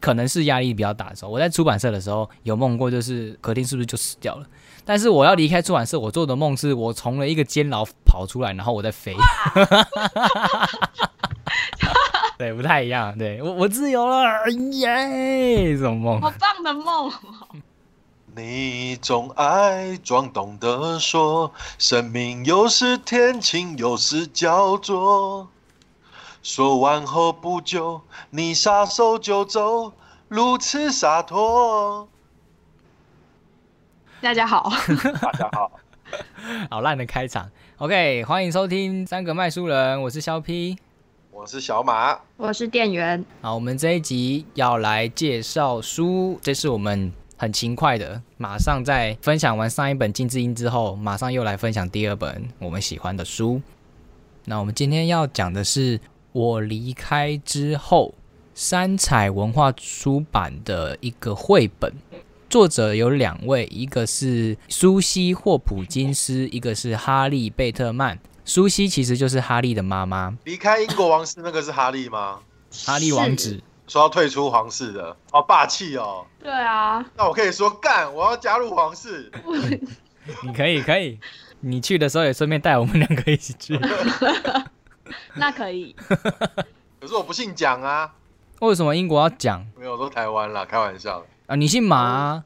可能是压力比较大的时候。我在出版社的时候有梦过，就是隔天是不是就死掉了？但是我要离开出版社，我做的梦是我从了一个监牢跑出来，然后我在飞。对，不太一样。对，我自由了，耶！这种梦， 好棒的梦。 你总爱装懂得说，生命有时天晴，有时焦灼。说完后不久，你撒手就走，如此洒脱。 大家好， 大家好， 好烂的开场。OK， 欢迎收听三个卖书人，我是肖 P， 我是小马， 我是店员。 好，我们这一集要来介绍书，这是我们很勤快的，马上在分享完上一本《金智英》之后，马上又来分享第二本我们喜欢的书。那我们今天要讲的是我离开之后，三彩文化出版的一个绘本。作者有两位，一个是苏西·霍普金斯，一个是哈利·贝特曼。苏西其实就是哈利的妈妈。 离开英国王室那个是哈利吗？ 哈利王子说要退出皇室的，好霸气哦！ 对啊， 那我可以说干，我要加入皇室。 你可以，你去的时候也顺便带我们两个一起去。 那可以。 可是我不姓蒋啊。 为什么英国要讲？ 没有，我说台湾啦，开玩笑的。 啊，你姓马啊？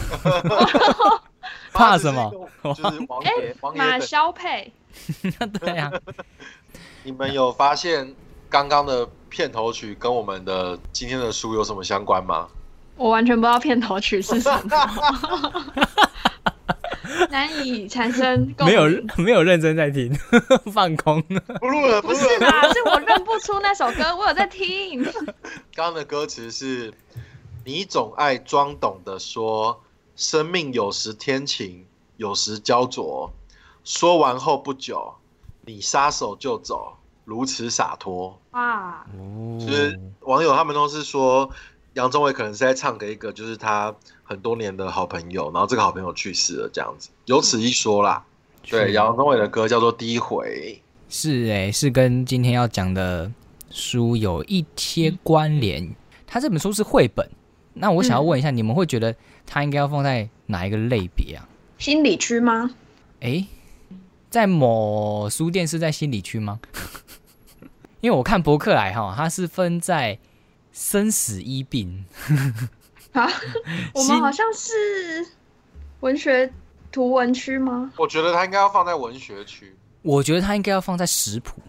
怕什么？ 就是王爷， 马萧配。 对啊。 你们有发现刚刚的片头曲跟我们的今天的书有什么相关吗？ 我完全不知道片头曲是什么。难以产生共鸣。 没有认真在听，放空。 不录了， 不是啦，是我认不出那首歌，我有在听。 刚刚的歌词是：你总爱装懂的说，生命有时天晴，有时焦灼。说完后不久，你撒手就走，如此洒脱。 哇！ 就是网友他们都是说，杨宗纬可能是在唱给一个就是他很多年的好朋友，然后这个好朋友去世了，这样子有此一说啦。对，杨宗纬的歌叫做《第一回》， 是跟今天要讲的书有一些关联。他这本书是绘本，那我想要问一下，你们会觉得它应该要放在哪一个类别啊？ 心理区吗？ 在某书店是在心理区吗？因为我看博客来哈，它是分在生死医病。 啊，我们好像是文学图文区吗？ 我觉得它应该要放在文学区。 我觉得它应该要放在食谱。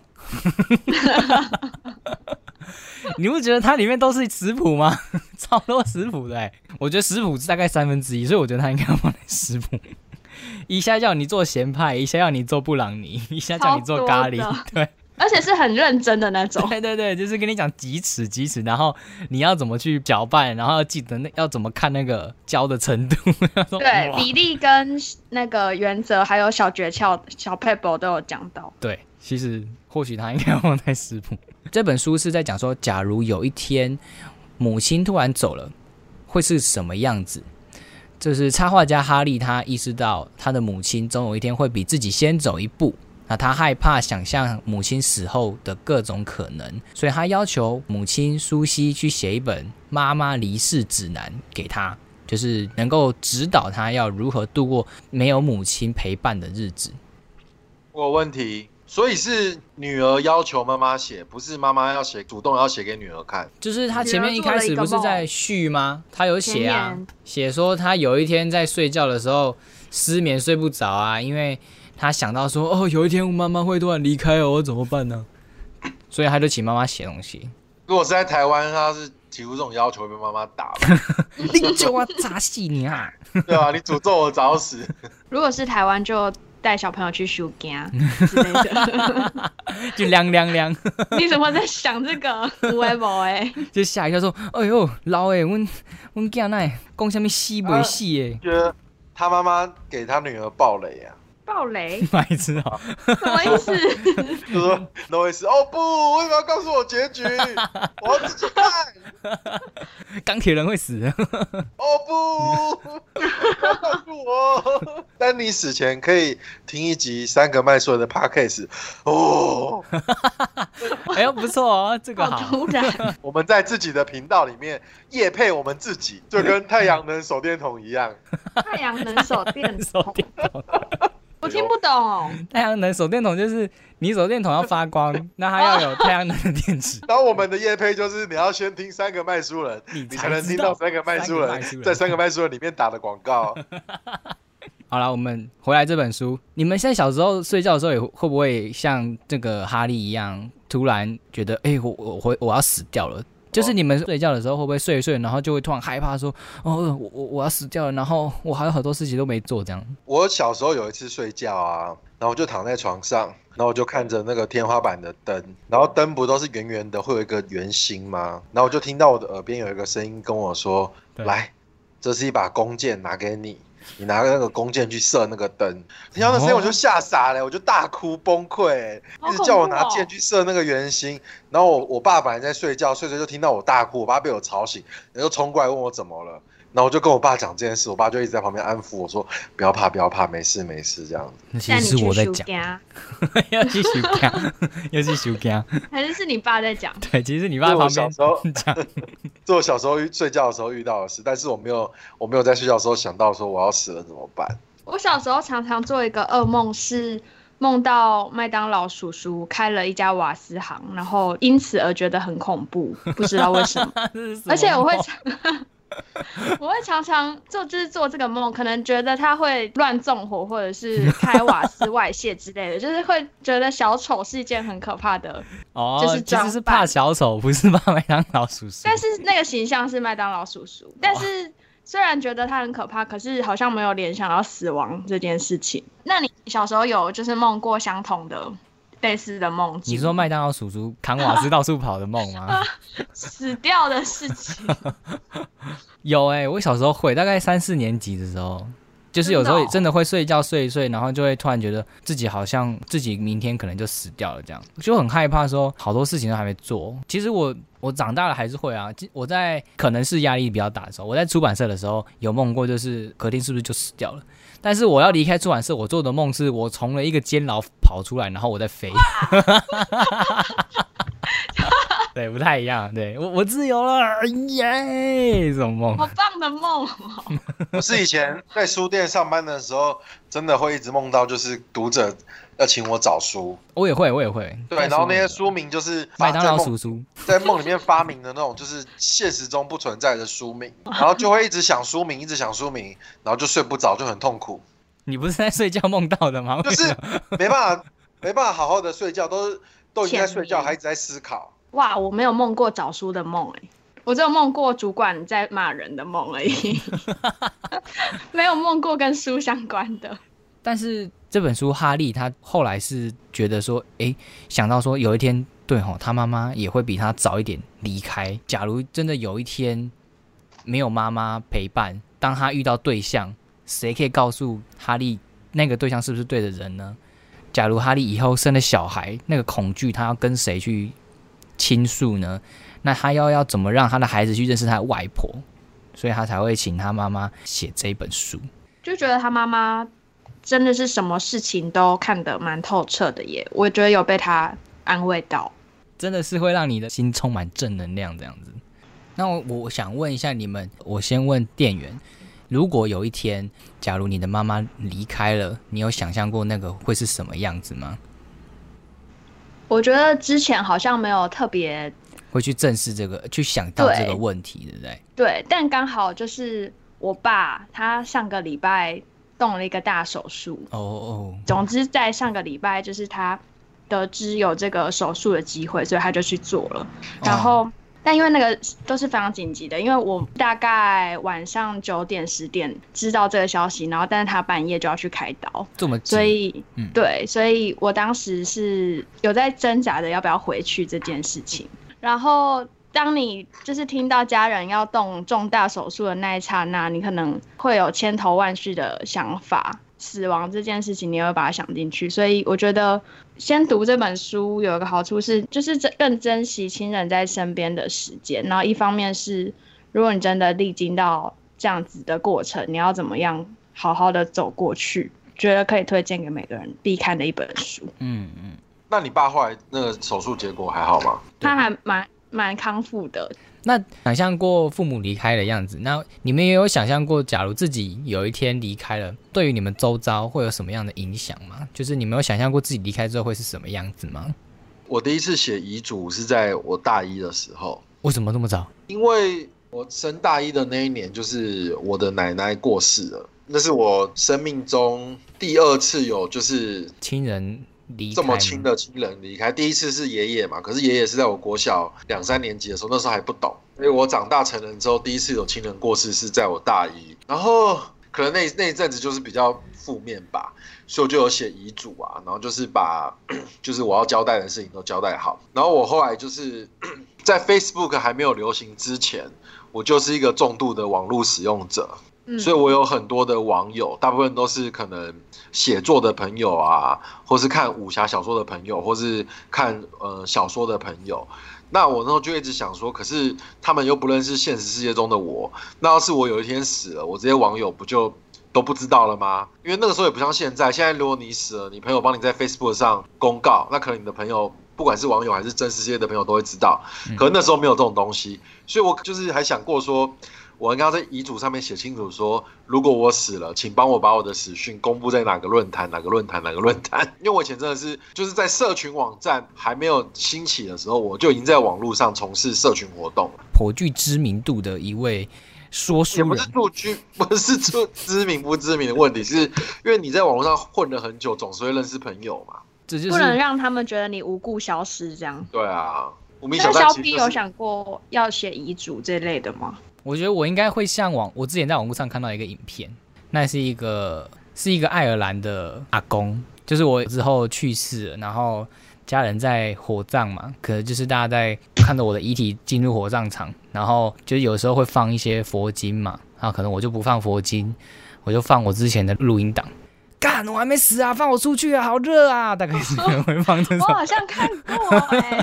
你不觉得它里面都是食谱吗？超多食谱的我觉得食谱是大概1/3，所以我觉得它应该要放在食谱。一下叫你做咸派，一下要你做布朗尼，一下叫你做咖喱，对， 而且是很认真的那种。 对，就是跟你讲几尺，然后你要怎么去搅拌，然后要记得要怎么看那个焦的程度。 对，比例跟那个原则，还有小诀窍、小 paper 都有讲到。 对，其实或许它应该要放在食谱。这本书是在讲说，假如有一天母亲突然走了，会是什么样子？就是插画家哈利，他意识到他的母亲总有一天会比自己先走一步，那他害怕想象母亲死后的各种可能，所以他要求母亲苏西去写一本妈妈离世指南给他，就是能够指导他要如何度过没有母亲陪伴的日子。 我有问题，所以是女儿要求妈妈写，不是妈妈要写，主动要写给女儿看。 就是他前面一开始不是在序吗？他有写啊，写说他有一天在睡觉的时候失眠睡不着啊，因为他想到说有一天我妈妈会突然离开我怎么办呢？所以他就请妈妈写东西。 如果是在台湾，他是提出这种要求，会被妈妈打吧。 你就要砸死你啊！ 对啊，你诅咒我早死。 如果是台湾就带小朋友去收驚之类的， 就亮。 你怎么在想这个？有的没的， 就吓一跳说：“哎呦，老诶，阮囝奶讲什么死不死诶？” 觉得他妈妈给他女儿爆雷啊！ 爆雷？ 白痴哦！ 什么意思？ 就说 no 意思哦不，为什么要告诉我结局？我要自己看。 钢铁人会死。 哦不，不要告诉我。但安妮死前可以听一集3个麦说的 podcast 哦。 哎呦，不错哦，这个好好。 突然。 我们在自己的频道里面业配我们自己，就跟太阳能手电筒一样。 太阳能手电手筒， 电筒， 我听不懂哦。 太阳能手电筒就是你手电筒要发光，那它要有太阳能的电池。 然后我们的业配就是你要先听3个麦书人，你才能听到3个麦书人在3个麦书人里面打的广告。 好了，我们回来这本书，你们现在小时候睡觉的时候也会不会像这个哈利一样，突然觉得我要死掉了？就是你们睡觉的时候会不会睡一睡，然后就会突然害怕说，我要死掉了，然后我还有很多事情都没做这样。 我小时候有一次睡觉啊，然后我就躺在床上，然后我就看着那个天花板的灯，然后灯不都是圆圆的，会有一个圆心吗？然后我就听到我的耳边有一个声音跟我说：“来，这是一把弓箭，拿给你。”你拿那个弓箭去射那个灯，听到那声音我就吓傻了，我就大哭崩溃，一直叫我拿箭去射那个圆心。然后我爸本来在睡觉，睡着就听到我大哭，我爸被我吵醒，然后就冲过来问我怎么了。然后我就跟我爸讲这件事，我爸就一直在旁边安抚我说：“不要怕，不要怕，没事没事。”这样子。 那其实是我在讲，要去休假，要去休假， 还是你爸在讲？ 对，其实是你爸旁边讲。 这我小时候睡觉的时候遇到的事，但是我没有在睡觉的时候想到说我要死了怎么办。 我小时候常常做一个噩梦，是梦到麦当劳叔叔开了一家瓦斯行，然后因此而觉得很恐怖，不知道为什么。而且我会常常就是做这个梦，可能觉得他会乱纵火，或者是开瓦斯外泄之类的，就是会觉得小丑是一件很可怕的，就是其实是怕小丑，不是怕麦当劳叔叔。 但是那个形象是麦当劳叔叔，但是虽然觉得他很可怕，可是好像没有联想到死亡这件事情。那你小时候有就是梦过相同的类似的梦境？ 你说麦当劳叔叔扛瓦斯到处跑的梦吗？ 死掉的事情有我小时候会，大概3、4年级的时候，就是有时候真的会睡觉睡一睡，然后就会突然觉得自己好像自己明天可能就死掉了这样，就很害怕说好多事情都还没做。其实我长大了还是会啊，我在可能是压力比较大的时候，我在出版社的时候有梦过，就是隔天是不是就死掉了。但是我要离开出版社，我做的梦是我从了一个监牢跑出来，然后我在飞。对，不太一样。对，我自由了，耶！这种梦， 好棒的梦哦！ 我是以前在书店上班的时候，真的会一直梦到，就是读者要请我找书。 我也会。 对，然后那些书名就是麦当劳叔叔在梦里面发明的那种，就是现实中不存在的书名，然后就会一直想书名，一直想书名，然后就睡不着，就很痛苦。 你不是在睡觉梦到的吗？ 就是没办法好好的睡觉，都已经在睡觉，还一直在思考。 哇，我没有梦过找书的梦我只有梦过主管在骂人的梦而已，没有梦过跟书相关的。 但是这本书哈利他后来是觉得说，想到说有一天，对吼，他妈妈也会比他早一点离开。假如真的有一天没有妈妈陪伴，当他遇到对象，谁可以告诉哈利那个对象是不是对的人呢？假如哈利以后生了小孩，那个恐惧他要跟谁去倾诉呢？那他要怎么让他的孩子去认识他的外婆？所以他才会请他妈妈写这本书。 就觉得他妈妈真的是什么事情都看得蛮透彻的耶，我觉得有被他安慰到， 真的是会让你的心充满正能量这样子。那我想问一下你们，我先问店员，如果有一天，假如你的妈妈离开了，你有想象过那个会是什么样子吗？ 我觉得之前好像没有特别会去正视这个，去想到这个问题，对不对？ 对，但刚好就是我爸他上个礼拜动了一个大手术。总之在上个礼拜，就是他得知有这个手术的机会，所以他就去做了。然后，但因为那个都是非常紧急的，因为我大概晚上9点10点知道这个消息，然后但是他半夜就要去开刀， 这么急， 所以对，所以我当时是有在挣扎的要不要回去这件事情。然后当你就是听到家人要动重大手术的那一刹那，你可能会有千头万绪的想法，死亡这件事情你也会把它想进去。所以我觉得先读这本书有一个好处是，就是更珍惜亲人在身边的时间，然后一方面是如果你真的历经到这样子的过程，你要怎么样好好的走过去。 觉得可以推荐给每个人必看的一本书。 那你爸后来那个手术结果还好吗？ 他还蛮康复的。 那想象过父母离开的样子，那你们也有想象过，假如自己有一天离开了，对于你们周遭会有什么样的影响吗？就是你们有想象过自己离开之后会是什么样子吗？ 我第一次写遗嘱是在我大一的时候。 为什么这么早？ 因为我升大一的那一年，就是我的奶奶过世了，那是我生命中第2次有就是亲人离开这么亲的亲人离开。第一次是爷爷嘛，可是爷爷是在我国小2、3年级的时候，那时候还不懂，所以我长大成人之后，第一次有亲人过世是在我大一，然后可能那一阵子就是比较负面吧，所以我就有写遗嘱啊，然后就是把就是我要交代的事情都交代好。然后我后来就是在 Facebook 还没有流行之前，我就是一个重度的网络使用者，所以我有很多的网友，大部分都是可能写作的朋友啊，或是看武侠小说的朋友，或是看小说的朋友。那我那时候就一直想说，可是他们又不认识现实世界中的我，那要是我有一天死了，我这些网友不就都不知道了吗？因为那个时候也不像现在，现在如果你死了，你朋友帮你在 Facebook 上公告，那可能你的朋友不管是网友还是真实世界的朋友都会知道。可是那时候没有这种东西，所以我就是还想过说，我应该在遗嘱上面写清楚说，如果我死了，请帮我把我的死讯公布在哪个论坛。因为我以前真的是就是在社群网站还没有兴起的时候，我就已经在网络上从事社群活动了， 颇具知名度的一位说书人。 也不是知名不知名的问题，是因为你在网络上混了很久，总是会认识朋友嘛。 这就是不能让他们觉得你无故消失这样。 对啊，无名那小站其实小 P 有想过要写遗嘱这类的吗？ 我觉得我应该会向往，我之前在网络上看到一个影片，那是一个爱尔兰的阿公，就是我之后去世了，然后家人在火葬嘛，可能就是大家在看着我的遗体进入火葬场，然后就是有时候会放一些佛经嘛，然后可能我就不放佛经，我就放我之前的录音档。干，我还没死啊，放我出去啊，好热啊！大概是会放这种。 我好像看过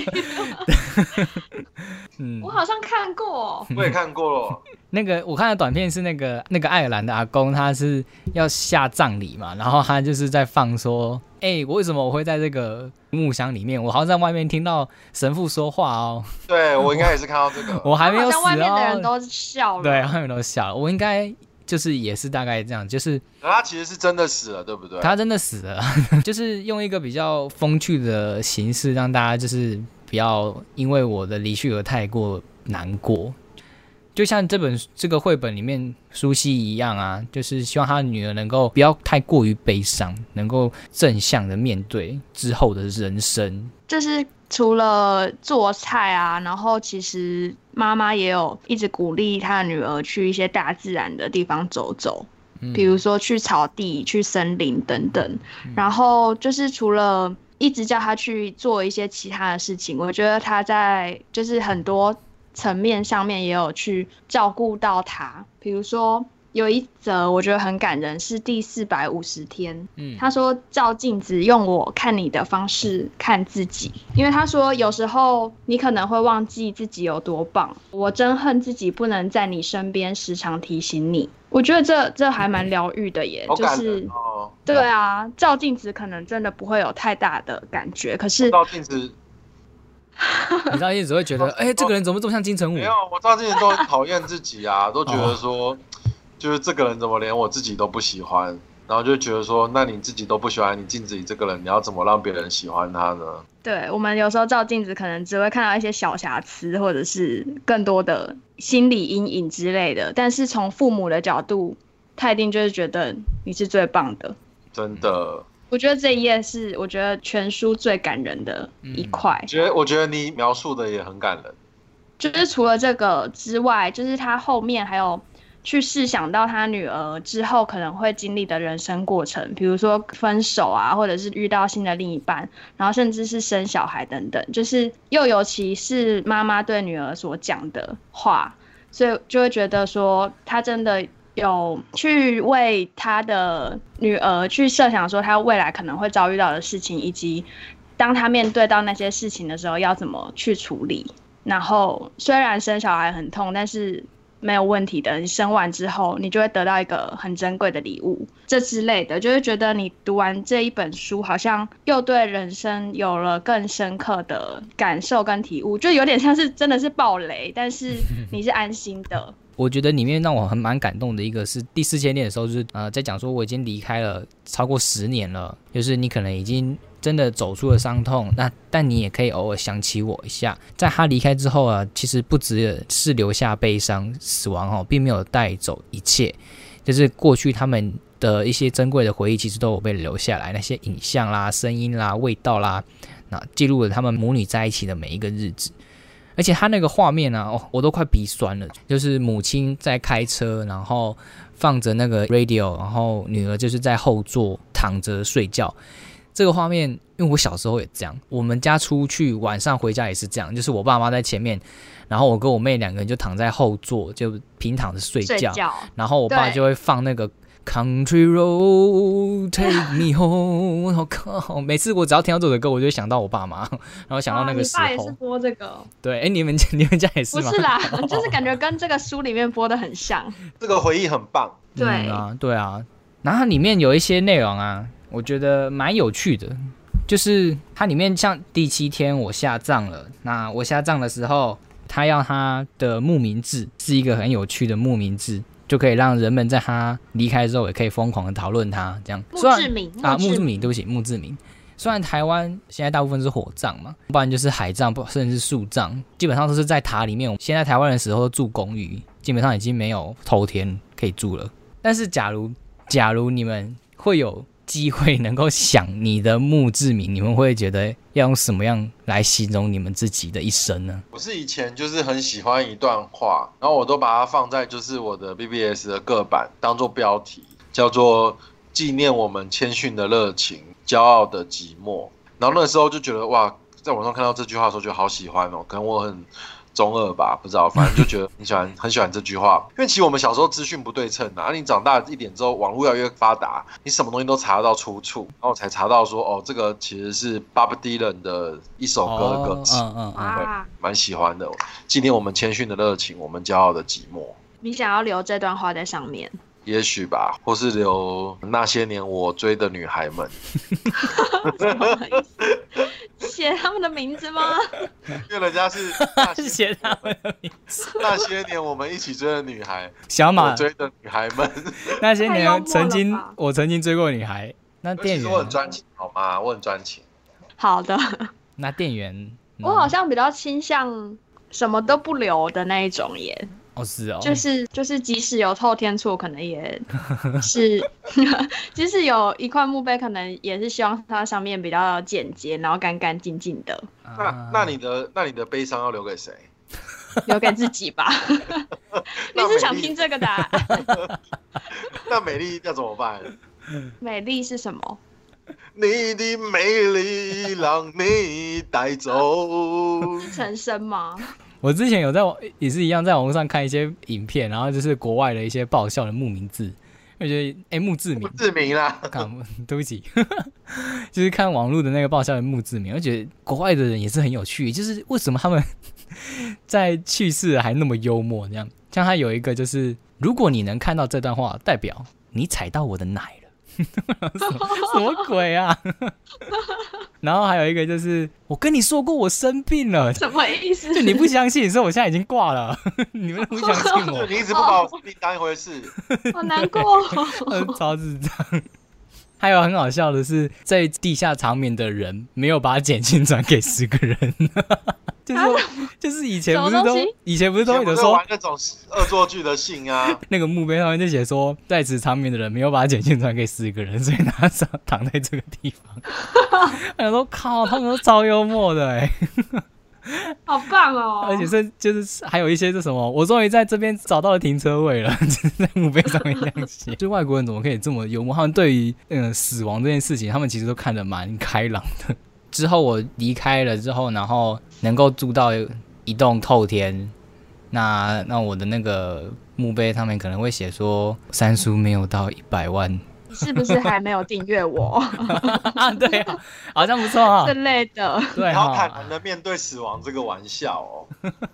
我好像看过， 我也看过了。 那个我看的短片是那个爱尔兰的阿公，他是要下葬礼嘛，然后他就是在放说，我为什么我会在这个木箱里面？我好像在外面听到神父说话哦。 对，我应该也是看到这个。 我还没有死哦。 好像外面的人都笑了。 对，外面都笑了。我应该就是也是大概这样，就是他其实是真的死了，对不对？ 他真的死了，就是用一个比较风趣的形式，让大家就是不要因为我的离去而太过难过。就像这个绘本里面苏西一样啊，就是希望他的女儿能够不要太过于悲伤，能够正向的面对之后的人生。 就是除了做菜啊，然后其实妈妈也有一直鼓励她的女儿去一些大自然的地方走走，比如说去草地、去森林等等。然后就是除了一直叫她去做一些其他的事情，我觉得她在就是很多层面上面也有去照顾到她。比如说有一则我觉得很感人，是第450天。他说照镜子，用我看你的方式看自己。因为他说有时候你可能会忘记自己有多棒，我真恨自己不能在你身边时常提醒你。我觉得这还蛮疗愈的耶，就是对啊，照镜子可能真的不会有太大的感觉，可是照镜子。 你照镜子会觉得，这个人怎么这么像金城武？ 没有，我照镜子都很讨厌自己啊，都觉得说，就是这个人怎么连我自己都不喜欢，然后就觉得说，那你自己都不喜欢你镜子里这个人，你要怎么让别人喜欢他呢？ 对，我们有时候照镜子可能只会看到一些小瑕疵，或者是更多的心理阴影之类的，但是从父母的角度，他一定就是觉得你是最棒的。 真的。 我觉得这一页是我觉得全书最感人的一块。 我觉得你描述的也很感人。 就是除了这个之外，就是他后面还有去试想到他女儿之后可能会经历的人生过程，比如说分手啊，或者是遇到新的另一半，然后甚至是生小孩等等，就是又尤其是妈妈对女儿所讲的话，所以就会觉得说他真的有去为他的女儿去设想说他未来可能会遭遇到的事情，以及当他面对到那些事情的时候要怎么去处理。然后虽然生小孩很痛，但是没有问题的，你生完之后你就会得到一个很珍贵的礼物，这之类的，就会觉得你读完这一本书好像又对人生有了更深刻的感受跟体悟，就有点像是真的是爆雷，但是你是安心的。 我觉得里面让我蛮感动的一个是第4000念的时候，就是在讲说我已经离开了超过10年了，就是你可能已经真的走出了伤痛，但你也可以偶尔想起我一下。在他离开之后啊，其实不只是留下悲伤，死亡并没有带走一切，就是过去他们的一些珍贵的回忆，其实都有被留下来，那些影像啦、声音啦、味道啦，那记录了他们母女在一起的每一个日子。而且他那个画面啊，我都快鼻酸了。就是母亲在开车，然后放着那个 radio， 然后女儿就是在后座躺着睡觉。这个画面，因为我小时候也这样，我们家出去晚上回家也是这样，就是我爸妈在前面，然后我跟我妹2个人就躺在后座，就平躺着睡觉，然后我爸就会放那个Country Road Take Me Home， 我靠！每次我只要听到这首歌，我就会想到我爸妈，然后想到那个时候。 你爸也是播这个？ 对，你们家也是吗？ 不是啦，就是感觉跟这个书里面播的很像。 这个回忆很棒。 对对啊。然后它里面有一些内容啊，我觉得蛮有趣的，就是它里面像第7天我下葬了，那我下葬的时候，他要他的墓铭志是一个很有趣的墓铭志。就可以让人们在他离开之后，也可以疯狂的讨论他，这样。 墓志铭墓志铭，对不起，墓志铭。虽然台湾现在大部分是火葬嘛，不然就是海葬，甚至是树葬，基本上都是在塔里面。现在台湾人死后都住公寓，基本上已经没有透天可以住了。但是假如你们会有机会能够想你的墓志铭，你们会觉得要用什么样来形容你们自己的一生呢？ 我是以前就是很喜欢一段话，然后我都把它放在就是我的 BBS 的个版当做标题，叫做纪念我们谦逊的热情，骄傲的寂寞。然后那时候就觉得哇，在网上看到这句话的时候觉得好喜欢哦，可能我很中二吧，不知道，反正就觉得很喜欢这句话。因为其实我们小时候资讯不对称啊，你长大一点之后，网络越来越发达，你什么东西都查得到出处，然后我才查到说，哦，这个其实是 Bob Dylan 的一首歌的歌词，蛮喜欢的。纪念我们谦逊的热情，我们骄傲的寂寞。 你想要留这段话在上面？ 也许吧，或是留那些年我追的女孩们。 写他们的名字吗？ 因为人家是写他们的名字。 那些年我们一起追的女孩， 小马我追的女孩们。 那些年我曾经追过女孩。那店员， 我很专情好吗？我很专情。 好的。 那店员， 我好像比较倾向什么都不留的那一种耶。 是哦， 就是即使有透天厝，可能也是，即使有一块墓碑，可能也是希望它上面比较简洁，然后干干净净的。 那你的悲伤要留给谁？ 留给自己吧。你是想听这个答案？ 那美丽要怎么办？ 美丽是什么？ 你的美丽让你带走。 是陈升吗？ 我之前也是一样，在网络上看一些影片，然后就是国外的一些爆笑的墓铭字，我觉得墓志铭啦， 对不起，就是看网络的那个爆笑的墓志铭，我觉得国外的人也是很有趣，就是为什么他们在去世还那么幽默这样？像他有一个就是，如果你能看到这段话，代表你踩到我的奶了。什么鬼啊？然后还有一个就是，我跟你说过我生病了， 什么意思？ 就你不相信，说我现在已经挂了，你们都不相信我， 你一直不把我生病当一回事， 好难过， 超智障。还有很好笑的是，在地下长眠的人没有把简讯转给10个人，就是以前不是都有的说玩那种恶作剧的信啊， 那个墓碑上面就写说在此长眠的人没有把简讯传给10个人，所以他躺在这个地方。我想说靠，他们都超幽默的好棒哦！ 而且就是还有一些是什么，我终于在这边找到了停车位了，就是在墓碑上面这样写。就外国人怎么可以这么幽默？他们对于死亡这件事情，他们其实都看得蛮开朗的。之后我离开了之后，然后能够住到一栋透天，那我的那个墓碑上面可能会写说三叔没有到100万。 你是不是还没有订阅我？ 啊，对啊，好像不错啊， 之类的。 对， 然后坦然的面对死亡这个玩笑哦。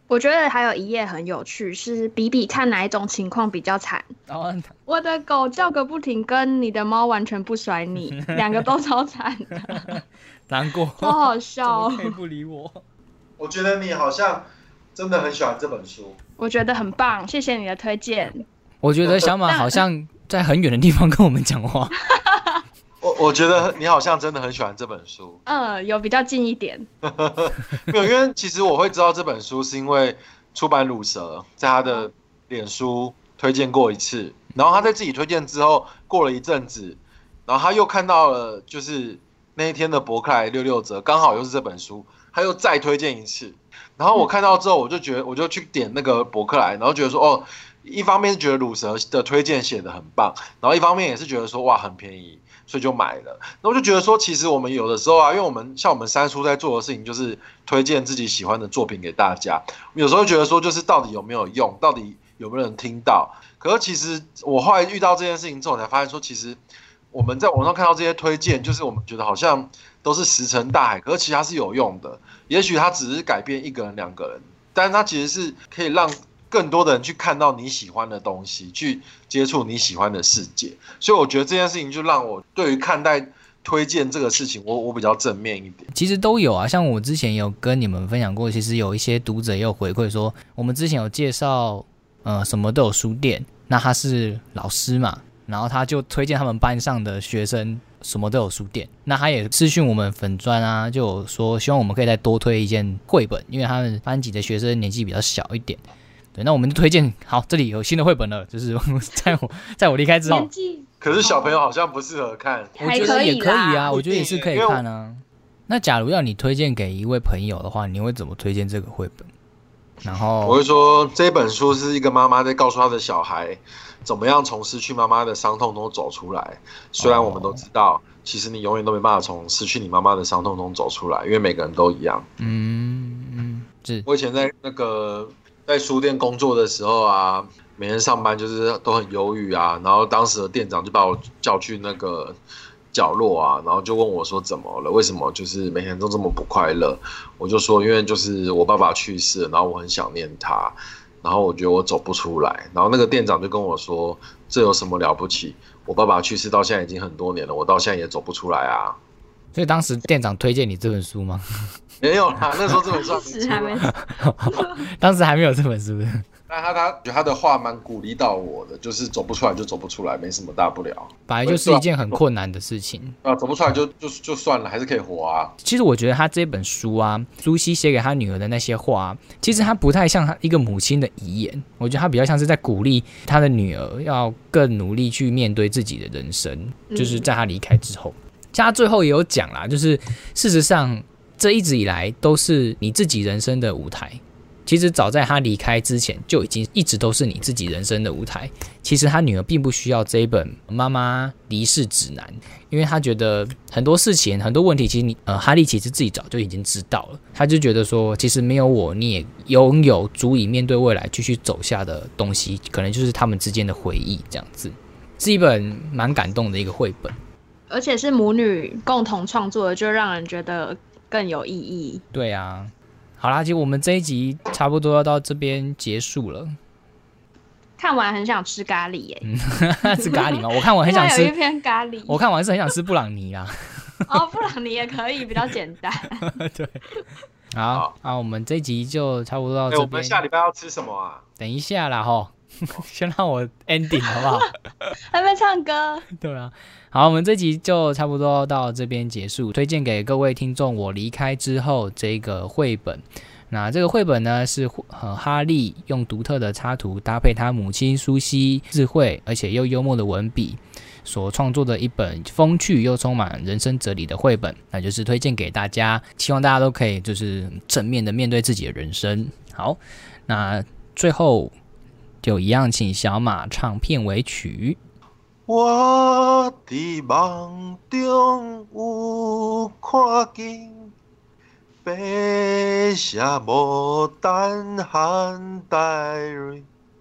我觉得还有一页很有趣，是比比看哪一种情况比较惨。我的狗叫个不停，跟你的猫完全不甩你，两个都超惨的， 难过， 超好笑。 怎么可以不理我？ 我觉得你好像真的很喜欢这本书， 我觉得很棒，谢谢你的推荐。 我觉得小马好像在很远的地方跟我们讲话。 我觉得你好像真的很喜欢这本书。 有比较近一点。 没有，因为其实我会知道这本书是因为出版乳蛇在他的脸书推荐过一次，然后他在自己推荐之后过了一阵子，然后他又看到了就是那一天的博客来66折，刚好又是这本书，他又再推荐一次，然后我看到之后我就去点那个博客来，然后觉得说哦，一方面是觉得乳蛇的推荐写得很棒，然后一方面也是觉得说哇很便宜，所以就买了。那我就觉得说，其实我们有的时候啊，因为我们三叔在做的事情就是推荐自己喜欢的作品给大家，有时候觉得说就是到底有没有用，到底有没有人听到。可是其实我后来遇到这件事情之后，我才发现说，其实我们在网上看到这些推荐，就是我们觉得好像都是石沉大海，可是其实它是有用的。也许它只是改变一个人、两个人，但是它其实是可以让更多的人去看到你喜欢的东西，去接触你喜欢的世界。所以我觉得这件事情就让我对于看待推荐这个事情，我比较正面一点。 其实都有啊，像我之前有跟你们分享过，其实有一些读者也有回馈说，我们之前有介绍什么都有书店，那他是老师嘛，然后他就推荐他们班上的学生什么都有书店，那他也私讯我们粉专啊，就有说希望我们可以再多推一件绘本，因为他们班级的学生年纪比较小一点。对，那我们就推荐，好，这里有新的绘本了，就是在我离开之后。 可是小朋友好像不适合看， 我觉得也可以啊，我觉得也是可以看啊。那假如要你推荐给一位朋友的话，你会怎么推荐这个绘本？然后我会说这本书是一个妈妈在告诉她的小孩，怎么样从失去妈妈的伤痛中走出来。虽然我们都知道，其实你永远都没办法从失去你妈妈的伤痛中走出来，因为每个人都一样。 是。 我以前在书店工作的时候啊，每天上班就是都很忧郁啊，然后当时的店长就把我叫去那个角落啊，然后就问我说怎么了，为什么就是每天都这么不快乐。我就说因为就是我爸爸去世了，然后我很想念他，然后我觉得我走不出来。然后那个店长就跟我说，这有什么了不起，我爸爸去世到现在已经很多年了，我到现在也走不出来啊。 所以当时店长推荐你这本书吗？ 没有啦，那时候这本书还没出当时还没有这本书。 但他的话蛮鼓励到我的，就是走不出来就走不出来，没什么大不了。 本来就是一件很困难的事情走不出来就算了，还是可以活啊。 其实我觉得他这本书啊，苏西写给他女儿的那些话，其实他不太像他一个母亲的遗言，我觉得他比较像是在鼓励他的女儿要更努力去面对自己的人生，就是在他离开之后。像他最后也有讲啦，就是事实上这一直以来都是你自己人生的舞台。其实早在他离开之前，就已经一直都是你自己人生的舞台。其实他女儿并不需要这一本妈妈离世指南，因为他觉得很多事情、很多问题，其实哈利其实自己早就已经知道了。他就觉得说，其实没有我，你也拥有足以面对未来继续走下的东西，可能就是他们之间的回忆，这样子，是一本蛮感动的一个绘本。 而且是母女共同创作的，就让人觉得更有意义。 对啊，好啦，其实我们这一集差不多要到这边结束了。 看完很想吃咖喱耶、 吃咖喱吗？我看完很想吃。 有一篇咖喱。 我看完是很想吃布朗尼啦。 布朗尼也可以，比较简单。 对。好，我们这一集就差不多到这边。 我们下礼拜要吃什么啊？ 等一下啦齁。先让我 ending 好不好？ 还没唱歌。 对啊，好，我们这集就差不多到这边结束。推荐给各位听众，我离开之后这个绘本。那这个绘本呢是哈利用独特的插图搭配他母亲苏西智慧而且又幽默的文笔所创作的一本风趣又充满人生哲理的绘本，那就是推荐给大家，希望大家都可以就是正面的面对自己的人生。好，那最后就一样，请小马唱片尾曲。 我在梦中有看见白色牡丹和戴瑞，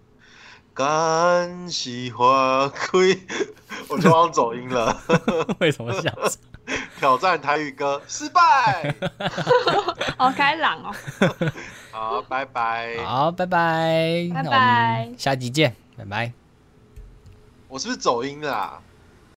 敢是花开。我就往走音了。 为什么想挑战台语歌失败？ 好开朗哦。 好，拜拜。 好，拜拜， 拜那我拜们下集见，拜拜。 我是不是走音了啊？